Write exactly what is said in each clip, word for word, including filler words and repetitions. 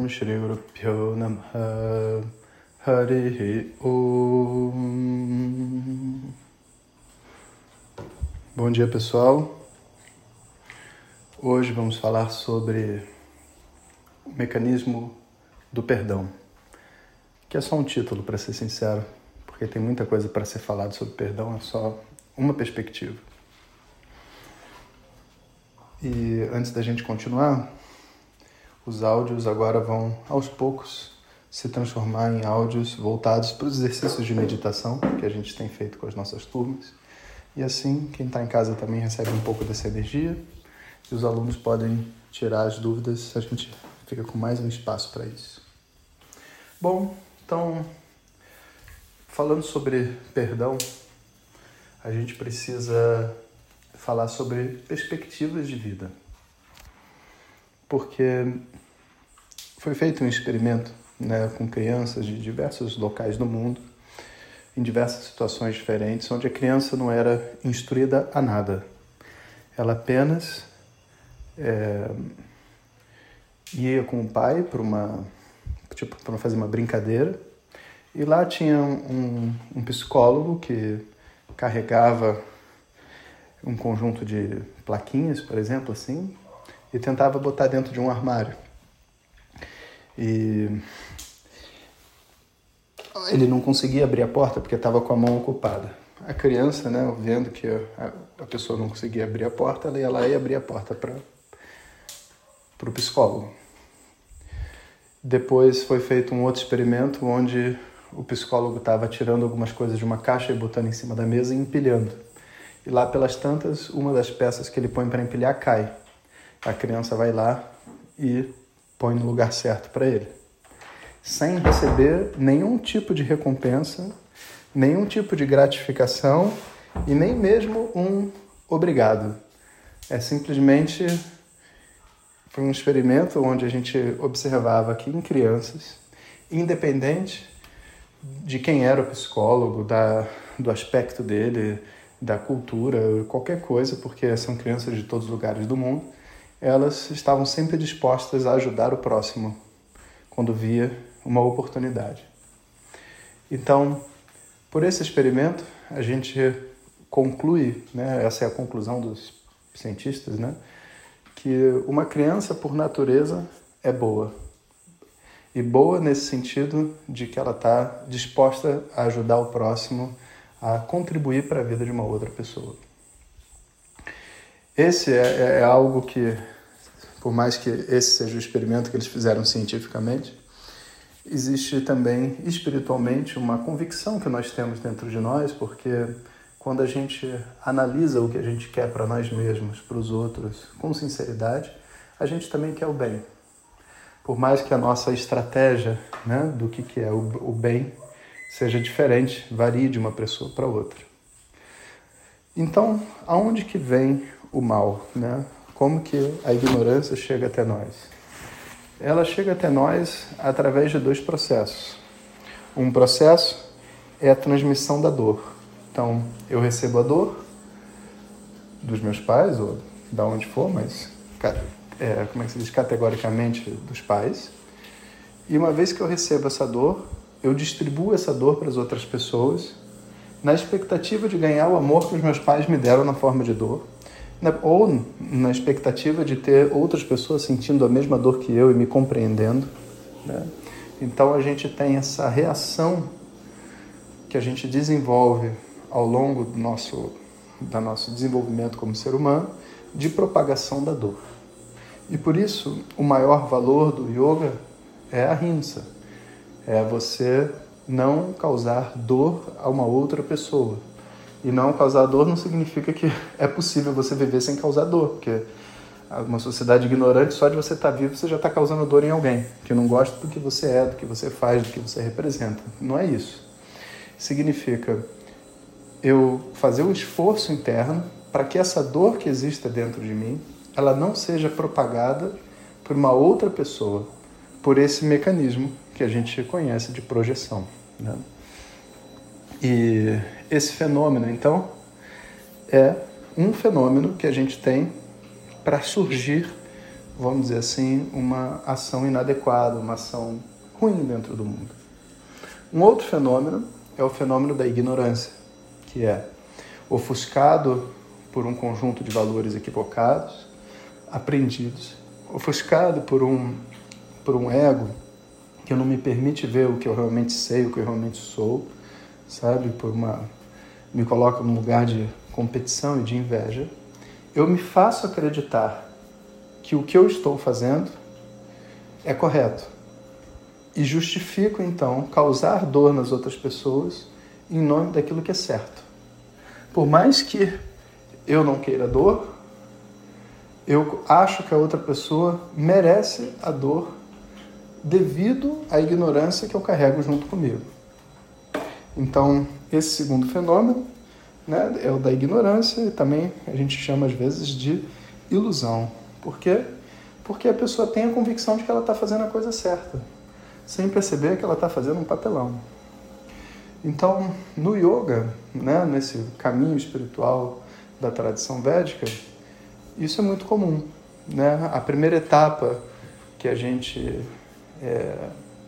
Om Shri Guru Pyo Namaha Harihi Om. Bom dia, pessoal. Hoje vamos falar sobre o mecanismo do perdão, que é só um título, para ser sincero, porque tem muita coisa para ser falado sobre perdão, é só uma perspectiva. E antes da gente continuar, os áudios agora vão, aos poucos, se transformar em áudios voltados para os exercícios de meditação que a gente tem feito com as nossas turmas. E assim, quem está em casa também recebe um pouco dessa energia e os alunos podem tirar as dúvidas, a gente fica com mais um espaço para isso. Bom, então, falando sobre perdão, a gente precisa falar sobre perspectivas de vida. Porque foi feito um experimento, né, com crianças de diversos locais do mundo, em diversas situações diferentes, onde a criança não era instruída a nada. Ela apenas é, ia com o pai para uma, tipo, para fazer uma brincadeira, e lá tinha um, um psicólogo que carregava um conjunto de plaquinhas, por exemplo, assim, e tentava botar dentro de um armário. E ele não conseguia abrir a porta porque estava com a mão ocupada. A criança, né, vendo que a, a pessoa não conseguia abrir a porta, ela ia lá e abria a porta para o psicólogo. Depois foi feito um outro experimento onde o psicólogo estava tirando algumas coisas de uma caixa e botando em cima da mesa e empilhando. E lá pelas tantas, uma das peças que ele põe para empilhar cai. A criança vai lá e põe no lugar certo para ele, sem receber nenhum tipo de recompensa, nenhum tipo de gratificação e nem mesmo um obrigado. É simplesmente foi um experimento onde a gente observava que em crianças, independente de quem era o psicólogo, da, do aspecto dele, da cultura, qualquer coisa, porque são crianças de todos os lugares do mundo, elas estavam sempre dispostas a ajudar o próximo quando via uma oportunidade. Então, por esse experimento, a gente conclui, né, essa é a conclusão dos cientistas, né, que uma criança, por natureza, é boa. E boa nesse sentido de que ela está disposta a ajudar o próximo, a contribuir para a vida de uma outra pessoa. Esse é, é algo que, por mais que esse seja o experimento que eles fizeram cientificamente, existe também espiritualmente uma convicção que nós temos dentro de nós, porque quando a gente analisa o que a gente quer para nós mesmos, para os outros, com sinceridade, a gente também quer o bem. Por mais que a nossa estratégia, né, do que, que é o, o bem seja diferente, varie de uma pessoa para outra. Então, aonde que vem o mal, né? Como que a ignorância chega até nós? Ela chega até nós através de dois processos. Um processo é a transmissão da dor. Então, eu recebo a dor dos meus pais, ou da onde for, mas é, como é que se diz? Categoricamente dos pais. E uma vez que eu recebo essa dor, eu distribuo essa dor para as outras pessoas, na expectativa de ganhar o amor que os meus pais me deram na forma de dor, ou na expectativa de ter outras pessoas sentindo a mesma dor que eu e me compreendendo, né? Então a gente tem essa reação que a gente desenvolve ao longo do nosso, do nosso desenvolvimento como ser humano de propagação da dor. E por isso o maior valor do yoga é a ahimsa, é você não causar dor a uma outra pessoa. E não causar dor não significa que é possível você viver sem causar dor, porque uma sociedade ignorante, só de você estar vivo, você já está causando dor em alguém, que não gosta do que você é, do que você faz, do que você representa. Não é isso. Significa eu fazer um esforço interno para que essa dor que exista dentro de mim, ela não seja propagada por uma outra pessoa, por esse mecanismo que a gente conhece de projeção, né? E esse fenômeno, então, é um fenômeno que a gente tem para surgir vamos dizer assim, uma ação inadequada, uma ação ruim dentro do mundo. Um outro fenômeno é o fenômeno da ignorância, que é ofuscado por um conjunto de valores equivocados, aprendidos, ofuscado por um, por um ego que não me permite ver o que eu realmente sei, o que eu realmente sou, sabe? Por uma, me coloca num lugar de competição e de inveja. Eu me faço acreditar que o que eu estou fazendo é correto e justifico, então, causar dor nas outras pessoas em nome daquilo que é certo. Por mais que eu não queira dor, eu acho que a outra pessoa merece a dor devido à ignorância que eu carrego junto comigo. Então, esse segundo fenômeno, né, é o da ignorância e também a gente chama às vezes de ilusão. Por quê? Porque a pessoa tem a convicção de que ela está fazendo a coisa certa, sem perceber que ela está fazendo um papelão. Então, no yoga, né, nesse caminho espiritual da tradição védica, isso é muito comum, né? A primeira etapa que a gente é,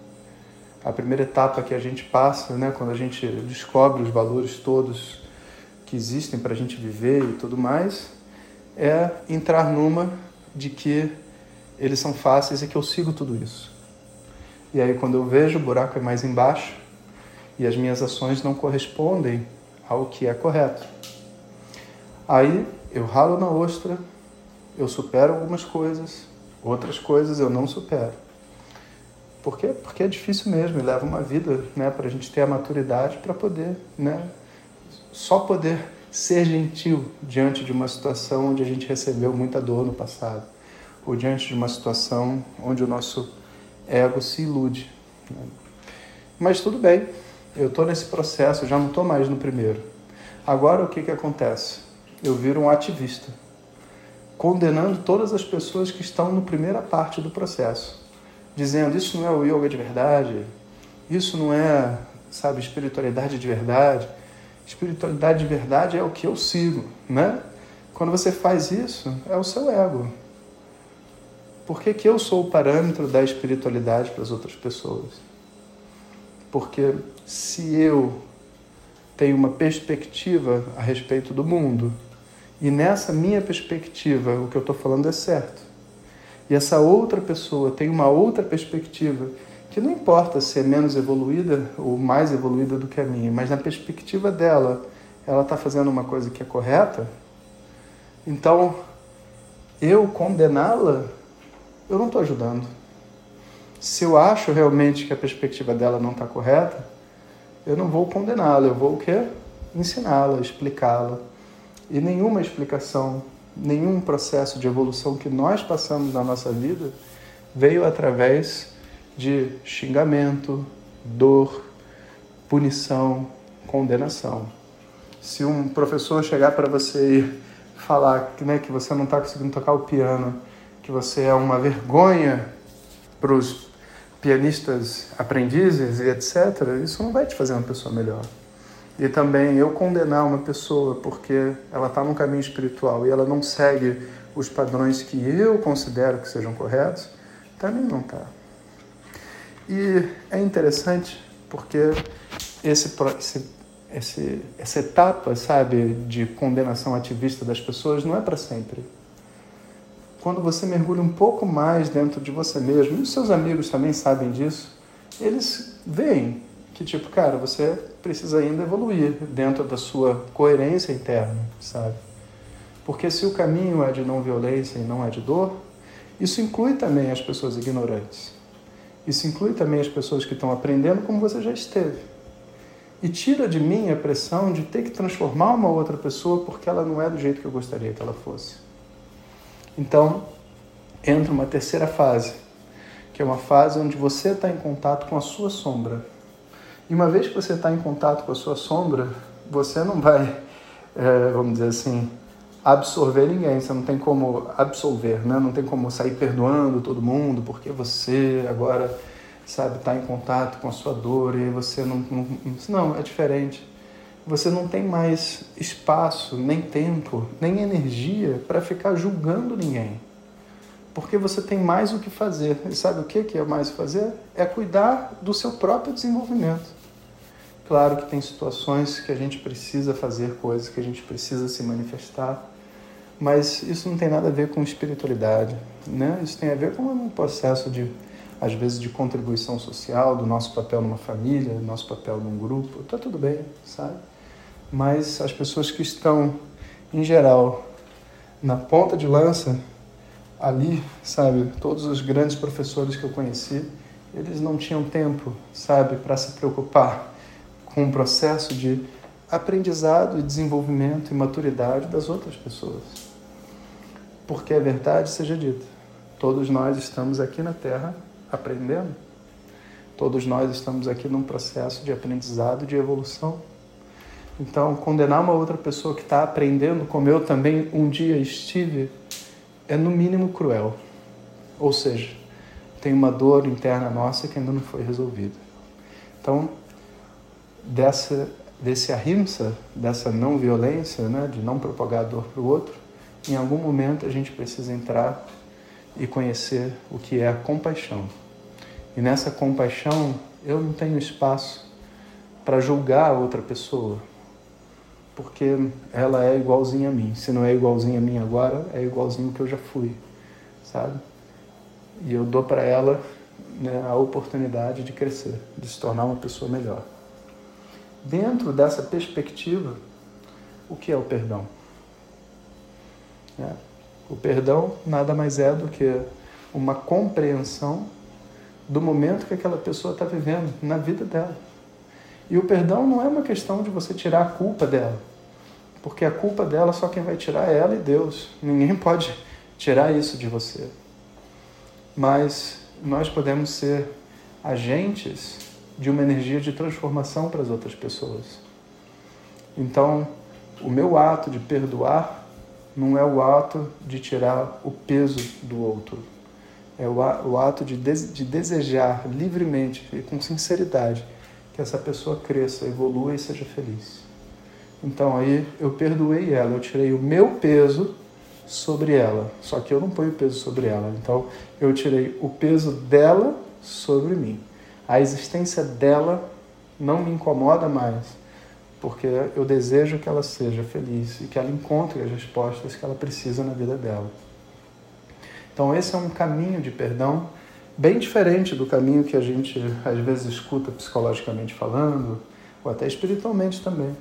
a primeira etapa que a gente passa, né, quando a gente descobre os valores todos que existem para a gente viver e tudo mais, é entrar numa de que eles são fáceis e que eu sigo tudo isso. E aí, quando eu vejo, o buraco é mais embaixo e as minhas ações não correspondem ao que é correto. Aí eu ralo na ostra, eu supero algumas coisas, outras coisas eu não supero. Por quê? Porque é difícil mesmo, e leva uma vida, né, para a gente ter a maturidade para poder, né, só poder ser gentil diante de uma situação onde a gente recebeu muita dor no passado, ou diante de uma situação onde o nosso ego se ilude. Né? Mas tudo bem, eu estou nesse processo, já não estou mais no primeiro. Agora o que, que acontece? Eu viro um ativista, condenando todas as pessoas que estão na primeira parte do processo, dizendo, isso não é o yoga de verdade, isso não é, sabe, espiritualidade de verdade. Espiritualidade de verdade é o que eu sigo, né? Quando você faz isso, é o seu ego. Por que que eu sou o parâmetro da espiritualidade para as outras pessoas? Porque se eu tenho uma perspectiva a respeito do mundo, e nessa minha perspectiva o que eu estou falando é certo, e essa outra pessoa tem uma outra perspectiva, que não importa se é menos evoluída ou mais evoluída do que a minha, mas na perspectiva dela, ela está fazendo uma coisa que é correta, então eu condená-la, eu não estou ajudando. Se eu acho realmente que a perspectiva dela não está correta, eu não vou condená-la, eu vou o quê? Ensiná-la, explicá-la. E nenhuma explicação, nenhum processo de evolução que nós passamos na nossa vida veio através de xingamento, dor, punição, condenação. Se um professor chegar para você e falar que, né, que você não está conseguindo tocar o piano, que você é uma vergonha para os pianistas aprendizes e etcétera, isso não vai te fazer uma pessoa melhor. E também eu condenar uma pessoa porque ela está num caminho espiritual e ela não segue os padrões que eu considero que sejam corretos, também não está. E é interessante porque esse, esse, esse, essa etapa, sabe, de condenação ativista das pessoas não é para sempre. Quando você mergulha um pouco mais dentro de você mesmo, e os seus amigos também sabem disso, eles veem que, tipo, cara, você precisa ainda evoluir dentro da sua coerência interna, sabe? Porque se o caminho é de não violência e não é de dor, isso inclui também as pessoas ignorantes. Isso inclui também as pessoas que estão aprendendo como você já esteve. E tira de mim a pressão de ter que transformar uma outra pessoa porque ela não é do jeito que eu gostaria que ela fosse. Então, entra uma terceira fase, que é uma fase onde você está em contato com a sua sombra. E uma vez que você está em contato com a sua sombra, você não vai, é, vamos dizer assim, absorver ninguém. Você não tem como absolver, né? Não tem como sair perdoando todo mundo, porque você agora, sabe, está em contato com a sua dor e você não, não... Não, é diferente. Você não tem mais espaço, nem tempo, nem energia para ficar julgando ninguém. porque você tem mais o que fazer. E sabe o que é mais o fazer? É cuidar do seu próprio desenvolvimento. Claro que tem situações que a gente precisa fazer coisas, que a gente precisa se manifestar, mas isso não tem nada a ver com espiritualidade, né? Isso tem a ver com um processo de, às vezes, de contribuição social, do nosso papel numa família, do nosso papel num grupo. Tá tudo bem, sabe? Mas as pessoas que estão, em geral, na ponta de lança, ali, sabe, todos os grandes professores que eu conheci, eles não tinham tempo, sabe, para se preocupar com o processo de aprendizado e desenvolvimento e maturidade das outras pessoas. Porque a verdade seja dita, todos nós estamos aqui na Terra aprendendo, todos nós estamos aqui num processo de aprendizado, de evolução. Então, condenar uma outra pessoa que está aprendendo, como eu também um dia estive, é no mínimo cruel. Ou seja, tem uma dor interna nossa que ainda não foi resolvida. Então, dessa, desse ahimsa, dessa não violência, né, de não propagar dor para o outro, em algum momento a gente precisa entrar e conhecer o que é a compaixão. E nessa compaixão, eu não tenho espaço para julgar a outra pessoa, porque ela é igualzinha a mim. Se não é igualzinha a mim agora, é igualzinho que eu já fui, sabe? E eu dou para ela, né, a oportunidade de crescer, de se tornar uma pessoa melhor. Dentro dessa perspectiva, o que é o perdão? É, o perdão nada mais é do que uma compreensão do momento que aquela pessoa está vivendo na vida dela. E o perdão não é uma questão de você tirar a culpa dela, porque a culpa dela só quem vai tirar é ela e Deus. Ninguém pode tirar isso de você. Mas nós podemos ser agentes de uma energia de transformação para as outras pessoas. Então, o meu ato de perdoar não é o ato de tirar o peso do outro. É o ato de, de desejar livremente e com sinceridade que essa pessoa cresça, evolua e seja feliz. Então aí eu perdoei ela, eu tirei o meu peso sobre ela, só que eu não ponho o peso sobre ela, então eu tirei o peso dela sobre mim. A existência dela não me incomoda mais, porque eu desejo que ela seja feliz e que ela encontre as respostas que ela precisa na vida dela. Então esse é um caminho de perdão bem diferente do caminho que a gente às vezes escuta psicologicamente falando, ou até espiritualmente também.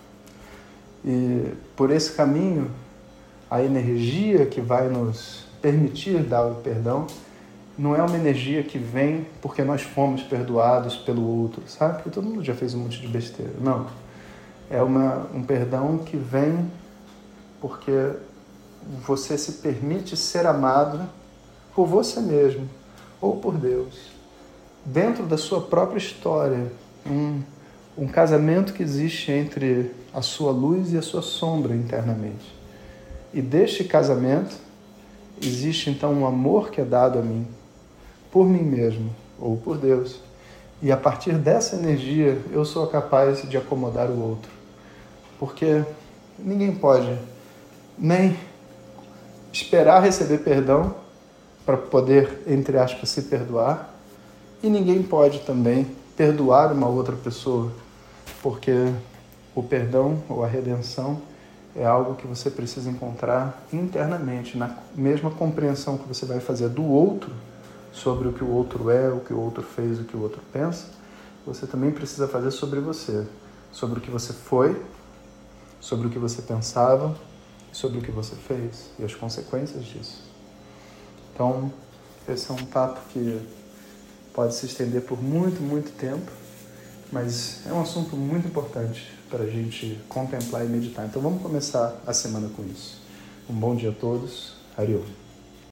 E por esse caminho, a energia que vai nos permitir dar o perdão não é uma energia que vem porque nós fomos perdoados pelo outro, sabe? Porque todo mundo já fez um monte de besteira. Não. É uma, um perdão que vem porque você se permite ser amado por você mesmo ou por Deus. Dentro da sua própria história, um, um casamento que existe entre a sua luz e a sua sombra internamente. E deste casamento existe então um amor que é dado a mim, por mim mesmo ou por Deus. E a partir dessa energia eu sou capaz de acomodar o outro. Porque ninguém pode nem esperar receber perdão para poder, entre aspas, se perdoar. E ninguém pode também perdoar uma outra pessoa, porque o perdão ou a redenção é algo que você precisa encontrar internamente, na mesma compreensão que você vai fazer do outro, sobre o que o outro é, o que o outro fez, o que o outro pensa, você também precisa fazer sobre você, sobre o que você foi, sobre o que você pensava, sobre o que você fez e as consequências disso. Então, esse é um papo que pode se estender por muito, muito tempo, mas é um assunto muito importante para a gente contemplar e meditar. Então, vamos começar a semana com isso. Um bom dia a todos. Hariom.